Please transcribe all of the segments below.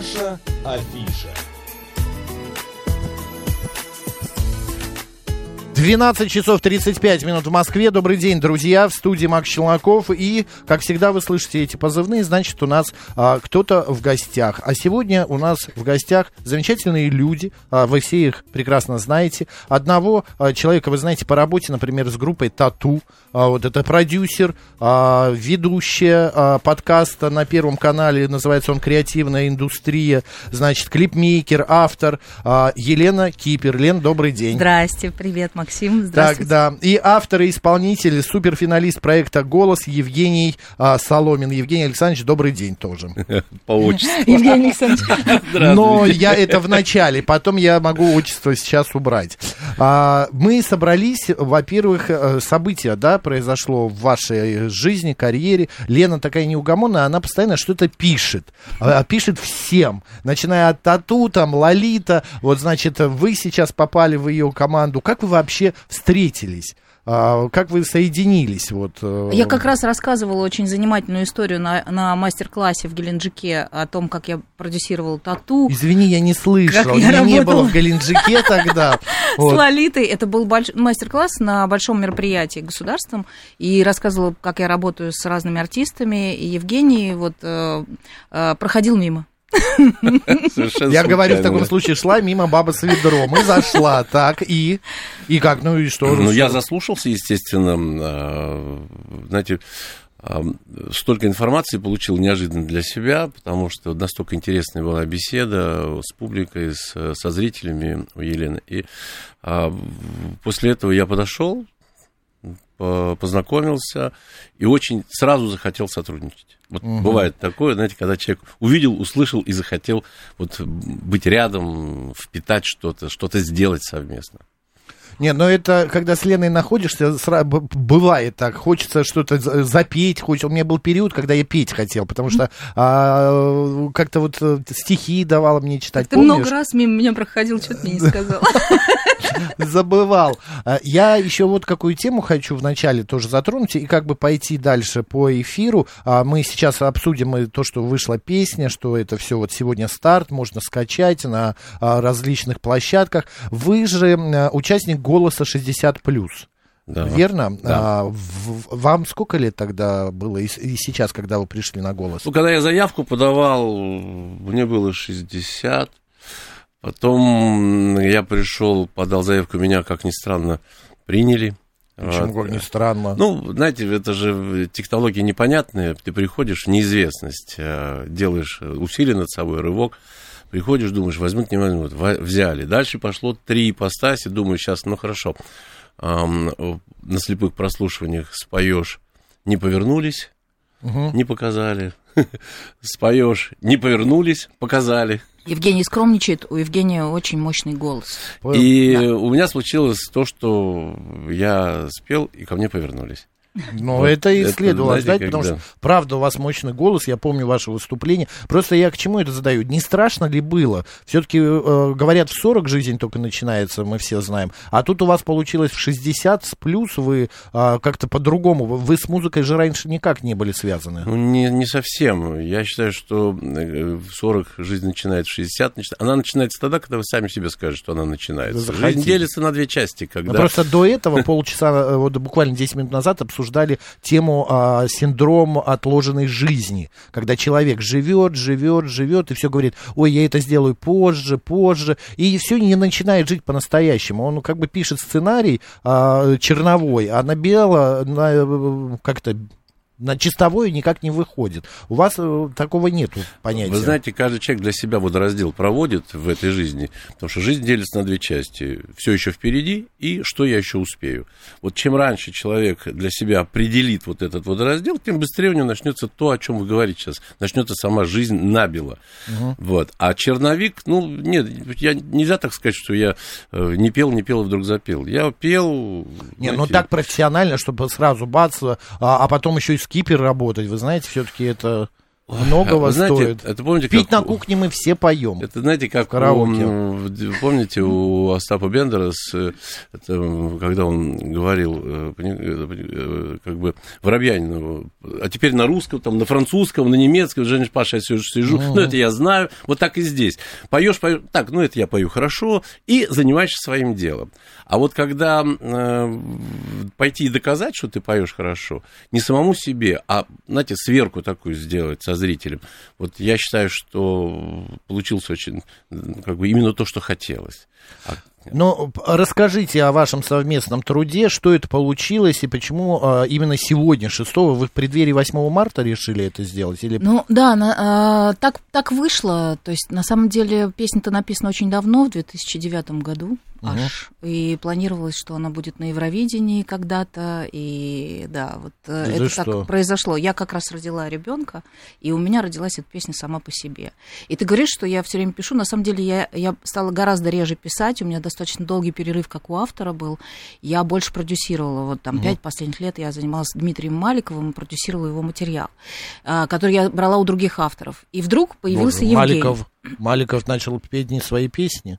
Наша афиша. 12 часов 35 минут в Москве. Добрый день, друзья. В студии Макс Челноков. И, как всегда, вы слышите эти позывные, значит, у нас кто-то в гостях. А сегодня у нас в гостях замечательные люди. Вы все их прекрасно знаете. Одного человека вы знаете по работе, например, с группой «Тату». Вот это продюсер, ведущая подкаста на Первом канале. Называется он «Креативная индустрия». Значит, клипмейкер, автор Елена Кипер. Лен, добрый день. Здрасте, привет, Максим. Здравствуйте. Так, да. И автор и исполнитель, суперфиналист проекта «Голос» Евгений Соломин. Евгений Александрович, добрый день тоже. По отчеству. Евгений Александрович. Но я это в начале, потом я могу отчество сейчас убрать. Мы собрались, во-первых, событие, да, произошло в вашей жизни, карьере. Лена такая неугомонная, она постоянно что-то пишет. Пишет всем, начиная от Тату, там, Лолита. Вот, значит, вы сейчас попали в ее команду. Как вы вообще встретились? Как вы соединились? Вот. Я как раз рассказывала очень занимательную историю на мастер-классе в Геленджике о том, как я продюсировала «Тату». Извини, я не слышал, меня не было в Геленджике тогда. С Лолитой. Это был мастер-класс на большом мероприятии государственном. И рассказывала, как я работаю с разными артистами. И Евгений вот проходил мимо. Я говорю, в таком случае шла мимо баба с ведром и зашла, так, и как, ну и что? Ну, я заслушался, естественно, знаете, столько информации получил неожиданно для себя, потому что настолько интересная была беседа с публикой, со зрителями у Елены, и после этого я подошел, познакомился и очень сразу захотел сотрудничать. Вот бывает такое, знаете, когда человек увидел, услышал и захотел вот быть рядом, впитать что-то сделать совместно. Нет, но это, когда с Леной находишься, бывает так, хочется что-то запеть, у меня был период, когда я петь хотел, потому что как-то вот стихи давала мне читать, ты помнишь? Много раз мимо меня проходил, что ты мне не сказал. Забывал. Я еще вот какую тему хочу вначале тоже затронуть и как бы пойти дальше по эфиру. Мы сейчас обсудим то, что вышла песня, что это все вот сегодня старт, можно скачать на различных площадках. Вы же участник «Голоса 60+». Да. Верно? Да. Вам сколько лет тогда было и сейчас, когда вы пришли на «Голос»? Ну, когда я заявку подавал, мне было 60. Потом я пришел, подал заявку, меня, как ни странно, приняли. Почему, как ни странно? Ну, знаете, это же технологии непонятные. Ты приходишь в неизвестность, делаешь усилие над собой, рывок. Приходишь, думаешь, возьмут, не возьмут. Взяли. Дальше пошло 3 ипостаси. Думаю, сейчас, ну, хорошо. На слепых прослушиваниях споешь, не повернулись, не показали. Споешь, не повернулись, показали. Евгений скромничает, у Евгения очень мощный голос. И у меня случилось то, что я спел, и ко мне повернулись. Ну, вот это и следовало ждать, потому что, правда, у вас мощный голос, я помню ваше выступление. Просто я к чему это задаю? Не страшно ли было? Все-таки, говорят, в 40 жизнь только начинается, мы все знаем. А тут у вас получилось в 60 плюс, вы как-то по-другому. Вы с музыкой же раньше никак не были связаны. Ну, не совсем. Я считаю, что в 40 жизнь начинает в 60. Она начинается тогда, когда вы сами себе скажете, что она начинается. Жизнь делится на 2 части. Когда... Просто до этого полчаса, вот буквально 10 минут назад обсуждали тему синдром отложенной жизни, когда человек живет, и все говорит, ой, я это сделаю позже, и все не начинает жить по-настоящему. Он как бы пишет сценарий черновой, а на бело, как-то на чистовое никак не выходит. У вас такого нету понятия. Вы знаете, каждый человек для себя водораздел проводит в этой жизни, потому что жизнь делится на 2 части. Все еще впереди и что я еще успею. Вот чем раньше человек для себя определит вот этот водораздел, тем быстрее у него начнется то, о чем вы говорите сейчас. Начнется сама жизнь набело. Вот. А черновик, ну, нет, нельзя так сказать, что я не пел и вдруг запел. Я пел... Не, ну так профессионально, чтобы сразу бац, а потом еще и скипер работать, вы знаете, все-таки это... многого стоит. Это, помните, пить на кухне мы все поем. Это, знаете, как помните, у Остапа Бендера, когда он говорил, как бы, Воробьянину, а теперь на русском, там, на французском, на немецком, Женя Паша, я сижу, это я знаю, вот так и здесь. Поешь, так, это я пою хорошо, и занимаешься своим делом. А вот когда пойти и доказать, что ты поешь хорошо, не самому себе, а, знаете, сверку такую сделать со зрителем, вот я считаю, что получилось очень, как бы, именно то, что хотелось. Ну, расскажите о вашем совместном труде, что это получилось и почему именно сегодня, 6-го, вы в преддверии 8 марта решили это сделать? Или... Ну, да, так вышло, то есть, на самом деле, песня-то написана очень давно, в 2009 году аж, и планировалось, что она будет на Евровидении когда-то, и да, вот это так произошло. Я как раз родила ребенка, и у меня родилась эта песня сама по себе. И ты говоришь, что я все время пишу, на самом деле я стала гораздо реже писать, у меня достаточно долгий перерыв, как у автора был, я больше продюсировала, вот там 5 последних лет я занималась Дмитрием Маликовым и продюсировала его материал, который я брала у других авторов. И вдруг появился Евгений. Маликов начал петь не свои песни?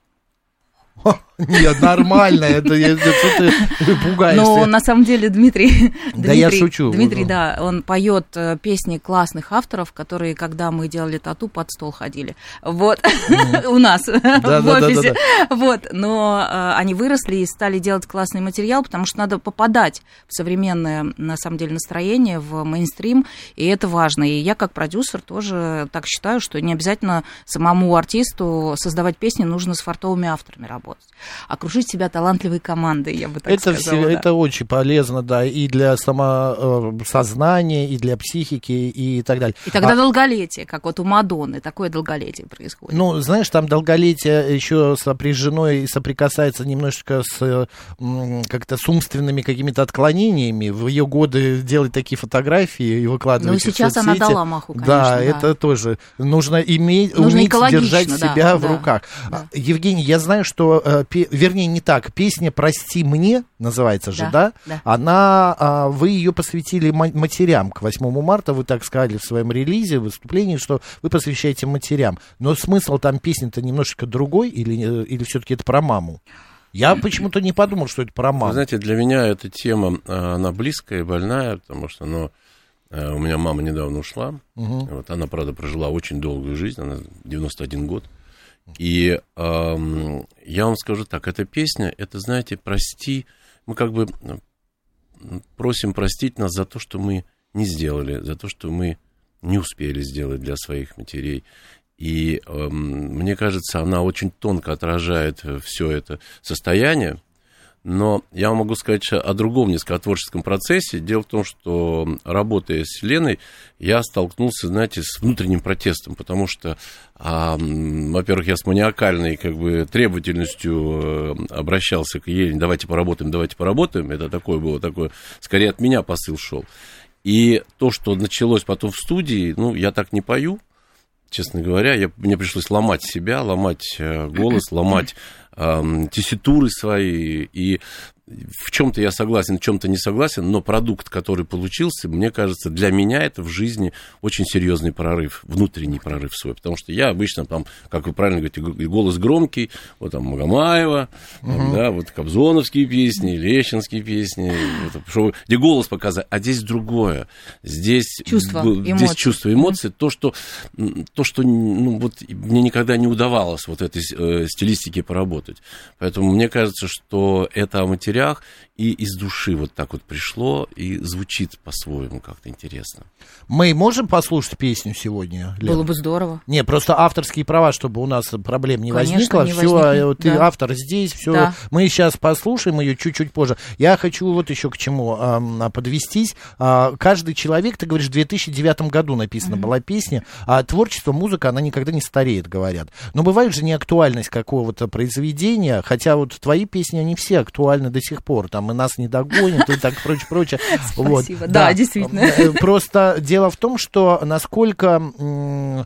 Нет, нормально, это что ты пугаешься. Но на самом деле Дмитрий, я шучу. Дмитрий, да, он поет песни классных авторов, которые, когда мы делали тату, под стол ходили. Вот, у нас в офисе. Вот, но они выросли и стали делать классный материал, потому что надо попадать в современное, на самом деле, настроение, в мейнстрим, и это важно. И я, как продюсер, тоже так считаю, что не обязательно самому артисту создавать песни, нужно с фартовыми авторами работать. Окружить себя талантливой командой, я бы так сказала. Это очень полезно, да, и для самосознания, и для психики, и так далее. И тогда долголетие, как вот у Мадонны, такое долголетие происходит. Ну, знаешь, там долголетие еще сопряжено и соприкасается немножечко с как-то с умственными какими-то отклонениями. В ее годы делать такие фотографии и выкладывать их в соцсети. Ну, сейчас она дала маху, конечно. Да, это тоже. Нужно уметь держать себя в руках. Да. Евгений, я знаю, что вернее, не так. Песня «Прости мне» называется же, да? Она, вы ее посвятили матерям к 8 марта, вы так сказали в своем релизе, выступлении, что вы посвящаете матерям. Но смысл там песни-то немножечко другой, или все-таки это про маму? Я почему-то не подумал, что это про маму. Вы знаете, для меня эта тема, она близкая и больная, потому что у меня мама недавно ушла. Вот, она, правда, прожила очень долгую жизнь, она 91 год. И я вам скажу так, эта песня, это, знаете, прости, мы как бы просим простить нас за то, что мы не сделали, за то, что мы не успели сделать для своих матерей. И мне кажется, она очень тонко отражает все это состояние. Но я вам могу сказать о другом несколько творческом процессе. Дело в том, что, работая с Леной, я столкнулся, знаете, с внутренним протестом, потому что, во-первых, я с маниакальной, как бы, требовательностью обращался к Елене: давайте поработаем. Это такое, скорее от меня посыл шел. И то, что началось потом в студии, я так не пою, честно говоря, мне пришлось ломать себя, ломать голос, ломать тесситуры свои, и в чем-то я согласен, в чем-то не согласен, но продукт, который получился, мне кажется, для меня это в жизни очень серьезный прорыв, внутренний прорыв свой, потому что я обычно там, как вы правильно говорите, голос громкий, вот там Магомаева, да, вот кобзоновские песни, лещинские песни, где голос показать, а здесь другое, здесь чувство, эмоции, то, что мне никогда не удавалось вот этой стилистике поработать, поэтому мне кажется, что это о материале и из души вот так вот пришло и звучит по-своему как-то интересно. Мы можем послушать песню сегодня, Лена? Было бы здорово. Не, просто авторские права, чтобы у нас проблем не возникло. Не все, возникнет, ты автор здесь, все. Да. Мы сейчас послушаем ее чуть-чуть позже. Я хочу вот еще к чему подвестись. Каждый человек, ты говоришь, в 2009 году написана была песня, а творчество, музыка, она никогда не стареет, говорят. Но бывает же неактуальность какого-то произведения, хотя вот твои песни, они все актуальны до сих пор. Там и нас не догонят, и так прочее. Спасибо, да, действительно. Просто дело в том, что насколько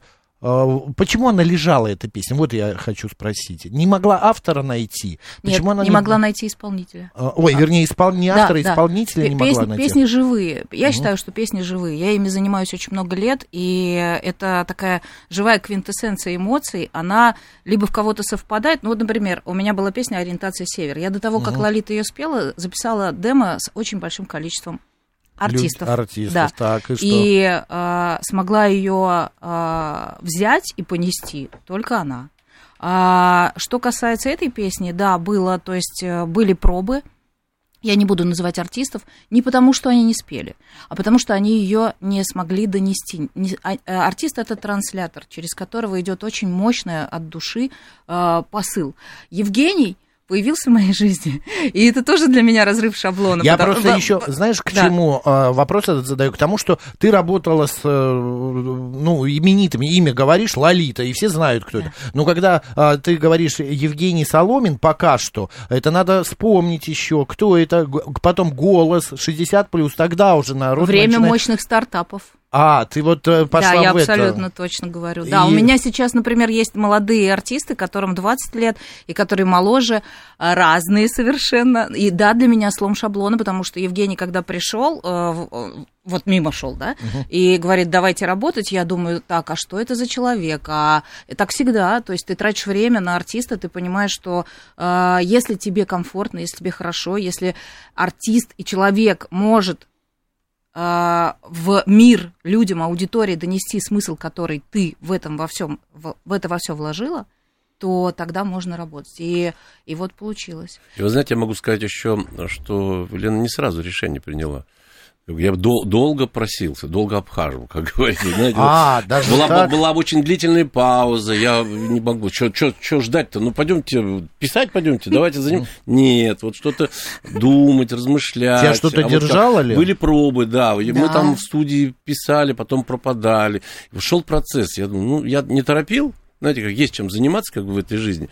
почему она лежала, эта песня? Вот я хочу спросить. Не могла автора найти? Почему Нет, она не могла найти исполнителя. Вернее, не автора, да, исполнителя не могла найти. Песни живые. Я считаю, что песни живые. Я ими занимаюсь очень много лет, и это такая живая квинтэссенция эмоций. Она либо в кого-то совпадает. Ну, вот, например, у меня была песня «Ориентация север». Я до того, как Лолита ее спела, записала демо с очень большим количеством артистов. Да. Так, и что? И смогла ее взять и понести только она. Что касается этой песни, да, было, то есть были пробы. Я не буду называть артистов, не потому, что они не спели, а потому, что они ее не смогли донести. Артист — это транслятор, через которого идет очень мощный от души посыл. Евгений появился в моей жизни, и это тоже для меня разрыв шаблона. Я просто еще, знаешь, к чему вопрос этот задаю? К тому, что ты работала с, именитыми, имя говоришь, Лолита, и все знают, кто это. Но когда ты говоришь Евгений Соломин, пока что, это надо вспомнить еще, кто это, потом голос, 60+, тогда уже народ Время мощных стартапов. Ты вот пошла в это. Да, я абсолютно точно говорю. Да, у меня сейчас, например, есть молодые артисты, которым 20 лет, и которые моложе, разные совершенно. И да, для меня слом шаблона, потому что Евгений, когда пришел, вот мимо шел, да, и говорит, давайте работать, я думаю, так, а что это за человек? А так всегда, то есть ты тратишь время на артиста, ты понимаешь, что если тебе комфортно, если тебе хорошо, если артист и человек может в мир людям, аудитории донести смысл, который ты в это во все вложила, то тогда можно работать. И вот получилось. И вы знаете, я могу сказать еще, что Лена не сразу решение приняла. Я долго просился, долго обхаживал, как говорится. Знаете, была очень длительная пауза, я не могу, что ждать-то? Ну, пойдемте, писать пойдемте, давайте заниматься. Нет, вот что-то думать, размышлять. Тебя что-то держало ли? Были пробы, да. Мы там в студии писали, потом пропадали. Шел процесс, я думаю, я не торопил. Знаете, как есть чем заниматься как бы в этой жизни,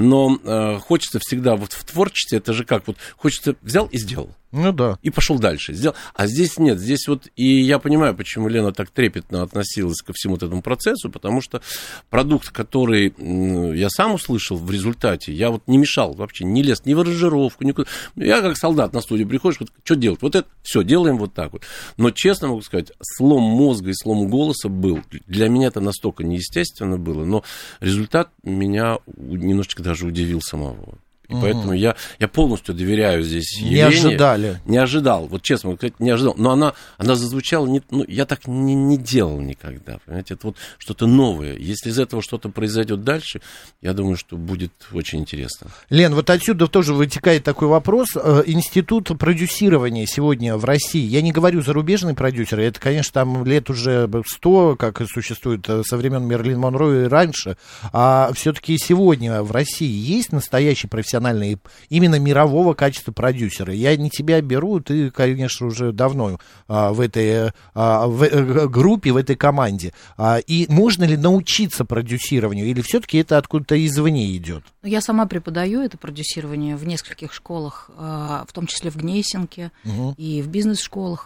но хочется всегда вот в творчестве, это же как, вот хочется взял и сделал. Ну да. И пошел дальше. Сделал. А здесь нет. Здесь вот, и я понимаю, почему Лена так трепетно относилась ко всему этому процессу, потому что продукт, который я сам услышал в результате, я вот не мешал вообще, не лез ни в аранжировку, никуда. Я как солдат на студию приходишь, вот что делать? Вот это все делаем вот так вот. Но честно могу сказать, слом мозга и слом голоса был. Для меня это настолько неестественно было, но результат меня немножечко даже удивил самого. И поэтому я полностью доверяю здесь Елене. Не ожидали. Не ожидал, вот честно могу сказать, не ожидал. Но она зазвучала, я так не делал никогда, понимаете, это вот что-то новое. Если из этого что-то произойдет дальше, я думаю, что будет очень интересно. Лен, вот отсюда тоже вытекает такой вопрос. Институт продюсирования сегодня в России, я не говорю зарубежные продюсеры, это, конечно, там лет уже 100, как и существует со времен Мерлин Монро и раньше, а все-таки сегодня в России есть настоящий профессиональный именно мирового качества продюсеры. Я не тебя беру, ты, конечно, уже давно в этой группе, в этой команде. И можно ли научиться продюсированию, или все-таки это откуда-то извне идет? Я сама преподаю это продюсирование в нескольких школах, в том числе в Гнесинке и в бизнес-школах.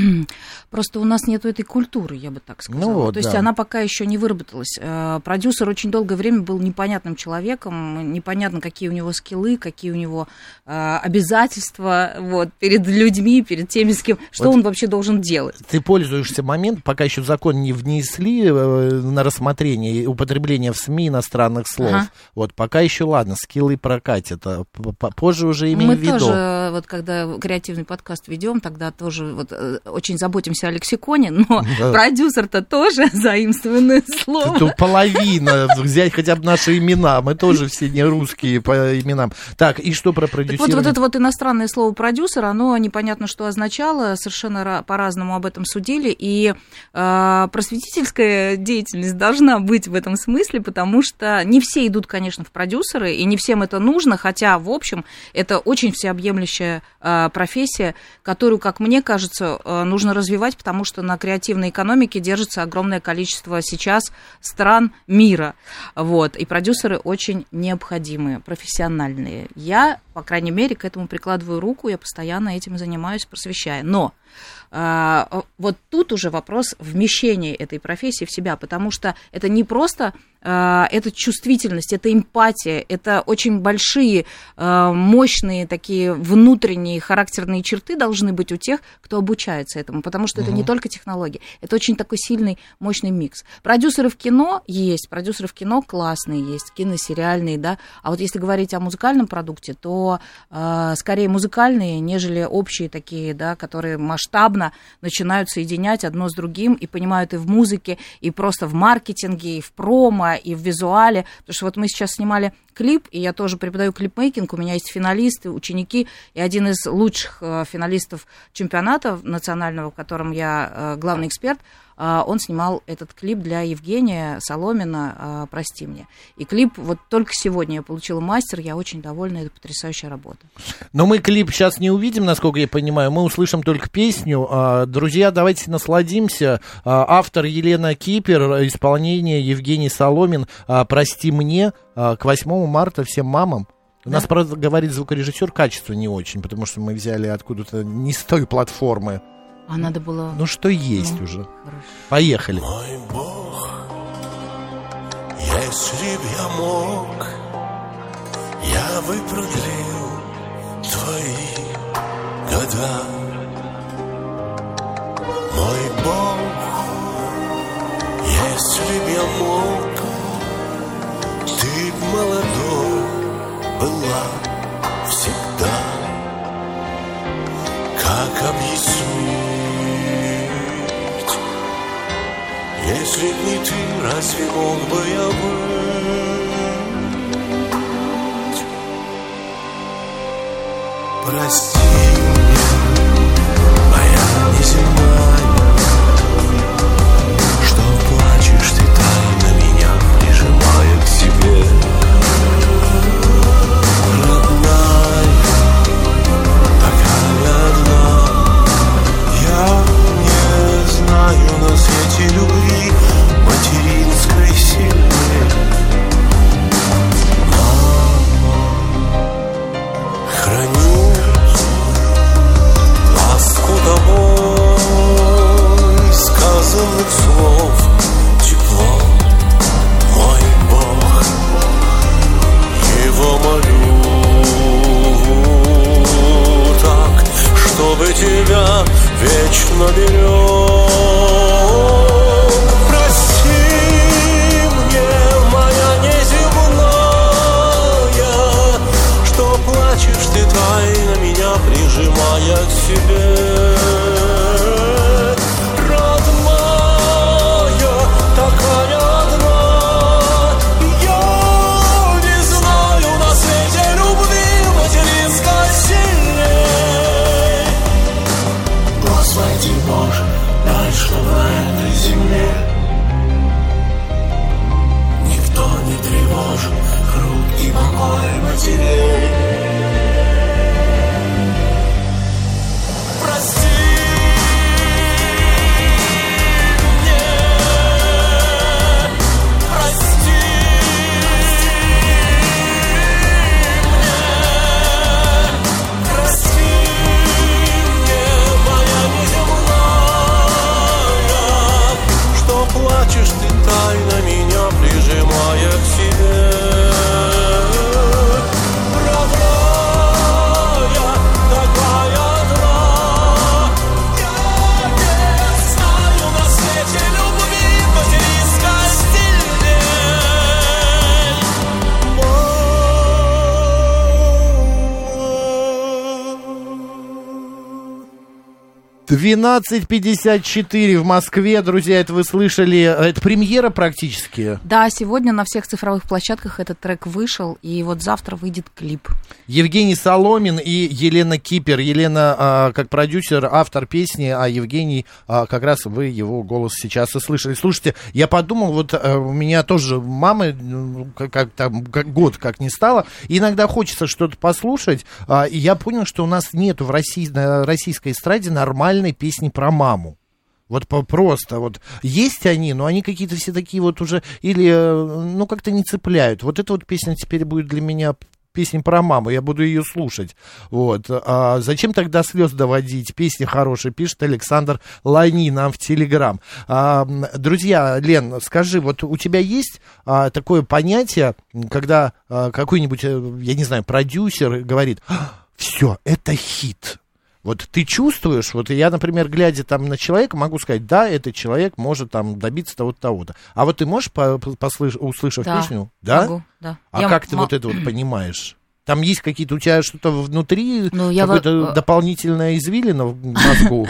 Просто у нас нету этой культуры, я бы так сказала. То есть она пока еще не выработалась. Продюсер очень долгое время был непонятным человеком, непонятно, какие у него скиллы, какие у него обязательства перед людьми, перед теми, с кем, что он вообще должен делать. Ты пользуешься моментом, пока еще в закон не внесли на рассмотрение употребление в СМИ иностранных слов. Вот пока еще ладно, скиллы прокатят, позже уже имеем в виду. Мы тоже, вот когда креативный подкаст ведем, тогда тоже очень заботимся о лексиконе, но продюсер-то тоже заимствованное слово. Тут половина, взять хотя бы наши имена, мы тоже все не русские по именам. Так, и что про продюсирование? Вот это вот иностранное слово продюсер, оно непонятно что означало, совершенно по-разному об этом судили, и просветительская деятельность должна быть в этом смысле, потому что не все идут, конечно, в продюсеры, и не всем это нужно, хотя, в общем, это очень всеобъемлющая профессия, которую, как мне кажется, нужно развивать, потому что на креативной экономике держится огромное количество сейчас стран мира. И продюсеры очень необходимые, профессиональные. Я, по крайней мере, к этому прикладываю руку, я постоянно этим занимаюсь, просвещая. Но Вот тут уже вопрос вмещения этой профессии в себя, потому что это не просто это чувствительность, это эмпатия, это очень большие, мощные такие внутренние характерные черты должны быть у тех, кто обучается этому, потому что это не только технологии, это очень такой сильный, мощный микс. Продюсеры в кино есть, продюсеры в кино классные есть, киносериальные, да, а вот если говорить о музыкальном продукте, то скорее музыкальные, нежели общие такие, да, которые масштабно начинают соединять одно с другим и понимают и в музыке, и просто в маркетинге, и в промо, и в визуале, потому что вот мы сейчас снимали клип, и я тоже преподаю клипмейкинг, у меня есть финалисты, ученики, и один из лучших финалистов чемпионата национального, в котором я главный эксперт, он снимал этот клип для Евгения Соломина «Прости мне». И клип вот только сегодня я получила мастер, я очень довольна, это потрясающая работа. Но мы клип сейчас не увидим, насколько я понимаю, мы услышим только песню. Друзья, давайте насладимся. Автор Елена Кипер, исполнение Евгений Соломин «Прости мне». К 8 марта всем мамам. У нас, правда, говорит звукорежиссер, качество не очень, потому что мы взяли откуда-то не с той платформы. А надо было... Ну, что есть уже. Хорошо. Поехали. Мой Бог, если б я мог, я бы продлил твои года. Мой Бог, если б я мог, ты б молодой была всегда. Как объяснить, если б не ты, разве мог бы я быть? Прости меня, моя неземная, что плачешь ты тайно меня, прижимая к себе. Родная, такая одна, я не знаю на свете любви материнской сильной. Мама, храню ласку тобой, сказанных слов, тепло, мой Бог, его молю так, чтобы тебя вечно берег. Прости мне, моя неземная, что плачешь ты тайно меня, прижимая к себе. Родная, такая одна, я не знаю на свете любви материнской сильней. Господи Боже, дай, чтобы на этой земле никто не тревожил хруткий покой матерей. Прости мне, прости мне, прости мне, моя неземная, что плачешь ты тайно меня, прижимая к себе. Родная, такая одна, я не знаю на свете любви материнской сильней. 12:54 в Москве, друзья, это вы слышали, это премьера практически. Да, сегодня на всех цифровых площадках этот трек вышел, и вот завтра выйдет клип. Евгений Соломин и Елена Кипер. Елена как продюсер, автор песни, а Евгений как раз вы его голос сейчас и слышали. Слушайте, я подумал, вот у меня тоже мамы год как не стало, иногда хочется что-то послушать, и я понял, что у нас нету в России, на российской эстраде нормальной песни про маму. Вот просто вот есть они, но они какие-то все такие вот уже или, ну, как-то не цепляют. Вот эта вот песня теперь будет для меня песня про маму, я буду ее слушать. Вот. А зачем тогда слез доводить? Песня хорошая, пишет Александр Лани нам в Телеграм. Друзья, Лен, скажи, вот у тебя есть такое понятие, когда какой-нибудь, я не знаю, продюсер говорит, все, это хит. Вот ты чувствуешь, вот я, например, глядя там на человека, могу сказать, да, этот человек может там добиться того-то, того-то. А вот ты можешь, услышав песню, да? Могу, да. А как ты вот это вот понимаешь? Там есть какие-то у тебя что-то внутри, какое-то дополнительное извилина в мозгу?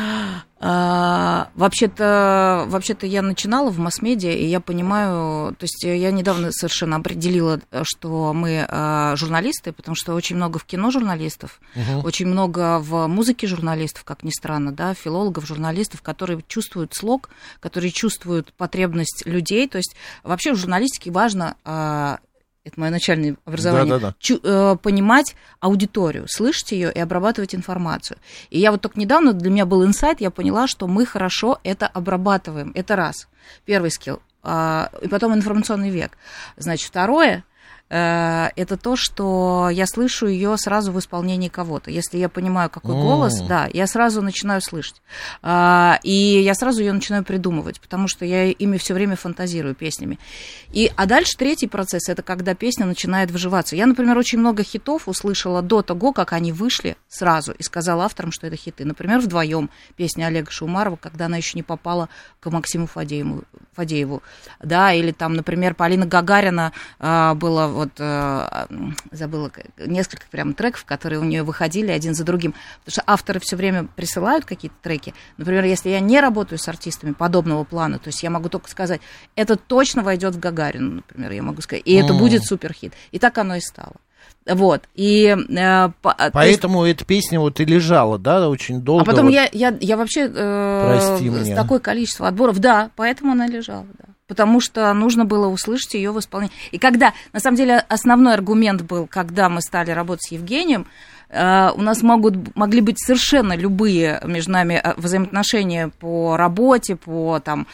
Вообще-то я начинала в масс-медиа, и я понимаю, то есть я недавно совершенно определила, что мы журналисты, потому что очень много в кино журналистов, очень много в музыке журналистов, как ни странно, да, филологов, журналистов, которые чувствуют слог, которые чувствуют потребность людей, то есть вообще в журналистике важно... Это мое начальное образование. Понимать аудиторию, слышать ее и обрабатывать информацию. И я вот только недавно, для меня был инсайт, я поняла, что мы хорошо это обрабатываем. Это раз. Первый скилл. И потом информационный век. Значит, второе, это то, что я слышу ее сразу в исполнении кого-то. Если я понимаю, какой голос, да, я сразу начинаю слышать. И я сразу ее начинаю придумывать, потому что я ими все время фантазирую песнями. А дальше третий процесс, это когда песня начинает выживаться. Я, например, очень много хитов услышала до того, как они вышли сразу, и сказала авторам, что это хиты. Например, «Вдвоем» песня Олега Шаумарова, когда она еще не попала к Максиму Фадееву. Да, или там, например, Полина Гагарина была вот, забыла несколько прям треков, которые у нее выходили один за другим, потому что авторы все время присылают какие-то треки. Например, если я не работаю с артистами подобного плана, то есть я могу только сказать, это точно войдет в Гагарину, например, я могу сказать, и это будет суперхит. И так оно и стало. Вот, и... Поэтому эта песня вот и лежала, да, очень долго. А потом вот... я вообще с такое количество отборов, да, поэтому она лежала, да. Потому что нужно было услышать ее в исполнении. И когда, на самом деле, основной аргумент был, когда мы стали работать с Евгением, у нас могли быть совершенно любые между нами взаимоотношения по работе, по там...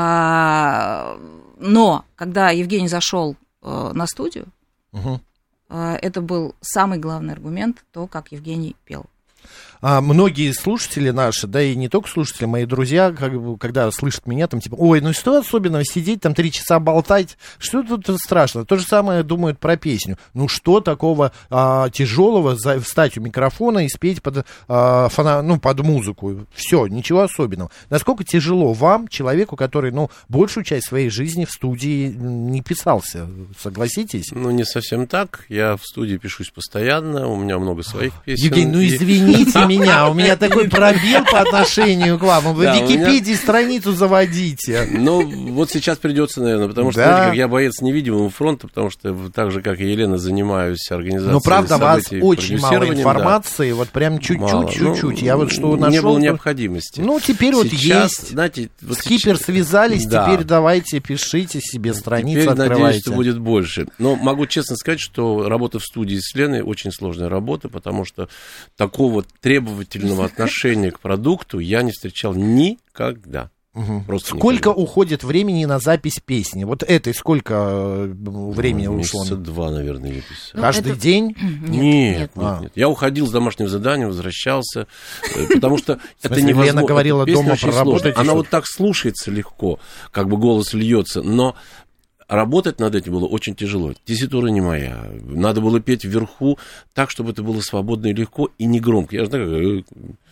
Но когда Евгений зашел на студию, это был самый главный аргумент, то, как Евгений пел. Многие слушатели наши, да и не только слушатели, мои друзья, когда слышат меня, там типа, ой, ну что особенного сидеть, там 3 часа болтать, что тут страшно? То же самое думают про песню. Ну что такого тяжелого встать у микрофона и спеть под музыку? Все, ничего особенного. Насколько тяжело вам, человеку, который, большую часть своей жизни в студии не писался, согласитесь? Ну, не совсем так. Я в студии пишусь постоянно, у меня много своих песен. Евгений, извините меня, у меня такой пробел по отношению к вам. Вы в Википедии страницу заводите. Ну, вот сейчас придется, наверное, потому что, знаете, как я боец невидимого фронта, потому что так же, как и Елена, занимаюсь организацией событий. Ну, правда, у вас очень мало информации, вот прям чуть-чуть. Я вот что нашел. Не было необходимости. Ну, теперь вот есть. Знаете, Скипер связались, теперь давайте пишите себе страницу, открывайте. Надеюсь, что будет больше. Но могу честно сказать, что работа в студии с Леной очень сложная работа, потому что такого требовательного отношения к продукту я не встречал никогда. Просто сколько уходит времени на запись песни? Вот этой сколько времени ушло? Месяца 2, наверное, я писал. Каждый день? Нет. Я уходил с домашним заданием, возвращался, потому что это невозможно. Лена говорила, дома проработать. Она вот так слушается легко, как бы голос льется, но работать над этим было очень тяжело. Тесситура не моя. Надо было петь вверху так, чтобы это было свободно и легко, и не громко. Я же знаю,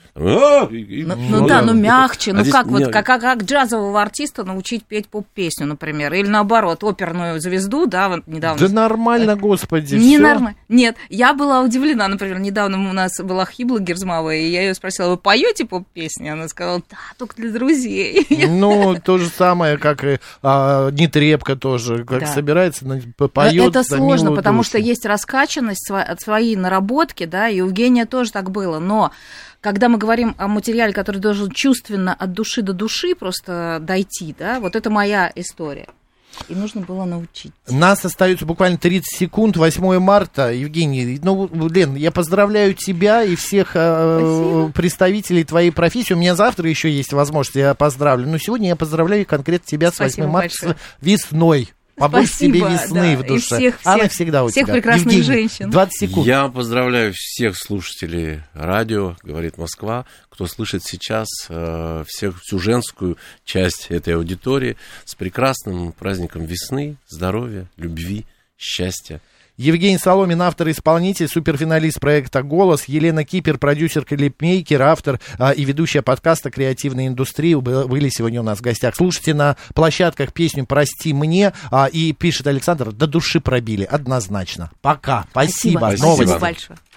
мягче. Как джазового артиста научить петь поп-песню, например. Или наоборот, оперную звезду, да, вот недавно. Да нормально, господи. Не нормально. Нет, я была удивлена, например, недавно у нас была Хибла Герзмава, и я ее спросила, вы поете поп-песни? Она сказала, да, только для друзей. Ну, то же самое, как и Нетребко тоже, как собирается, поет. Это сложно, потому что есть раскачанность от своей наработки, да, и у Евгения тоже так было, но когда мы говорим о материале, который должен чувственно от души до души просто дойти, да, вот это моя история. И нужно было научить. Нас остается буквально 30 секунд, 8 марта. Евгений, Лен, я поздравляю тебя и всех представителей твоей профессии. У меня завтра еще есть возможность, я поздравлю. Но сегодня я поздравляю конкретно тебя с 8 марта, с весной. Побольше тебе Спасибо, весны да, в душе. и всех, Она всегда у всех тебя. прекрасных Евгений, женщин. 20 секунд. Я поздравляю всех слушателей радио «Говорит Москва», кто слышит сейчас всю женскую часть этой аудитории с прекрасным праздником весны, здоровья, любви, счастья. Евгений Соломин, автор-исполнитель, суперфиналист проекта «Голос», Елена Кипер, продюсер, клипмейкер, автор и ведущая подкаста «Креативная индустрия» были сегодня у нас в гостях. Слушайте на площадках песню «Прости мне», и пишет Александр, до души пробили, однозначно. Пока, спасибо. Спасибо большое.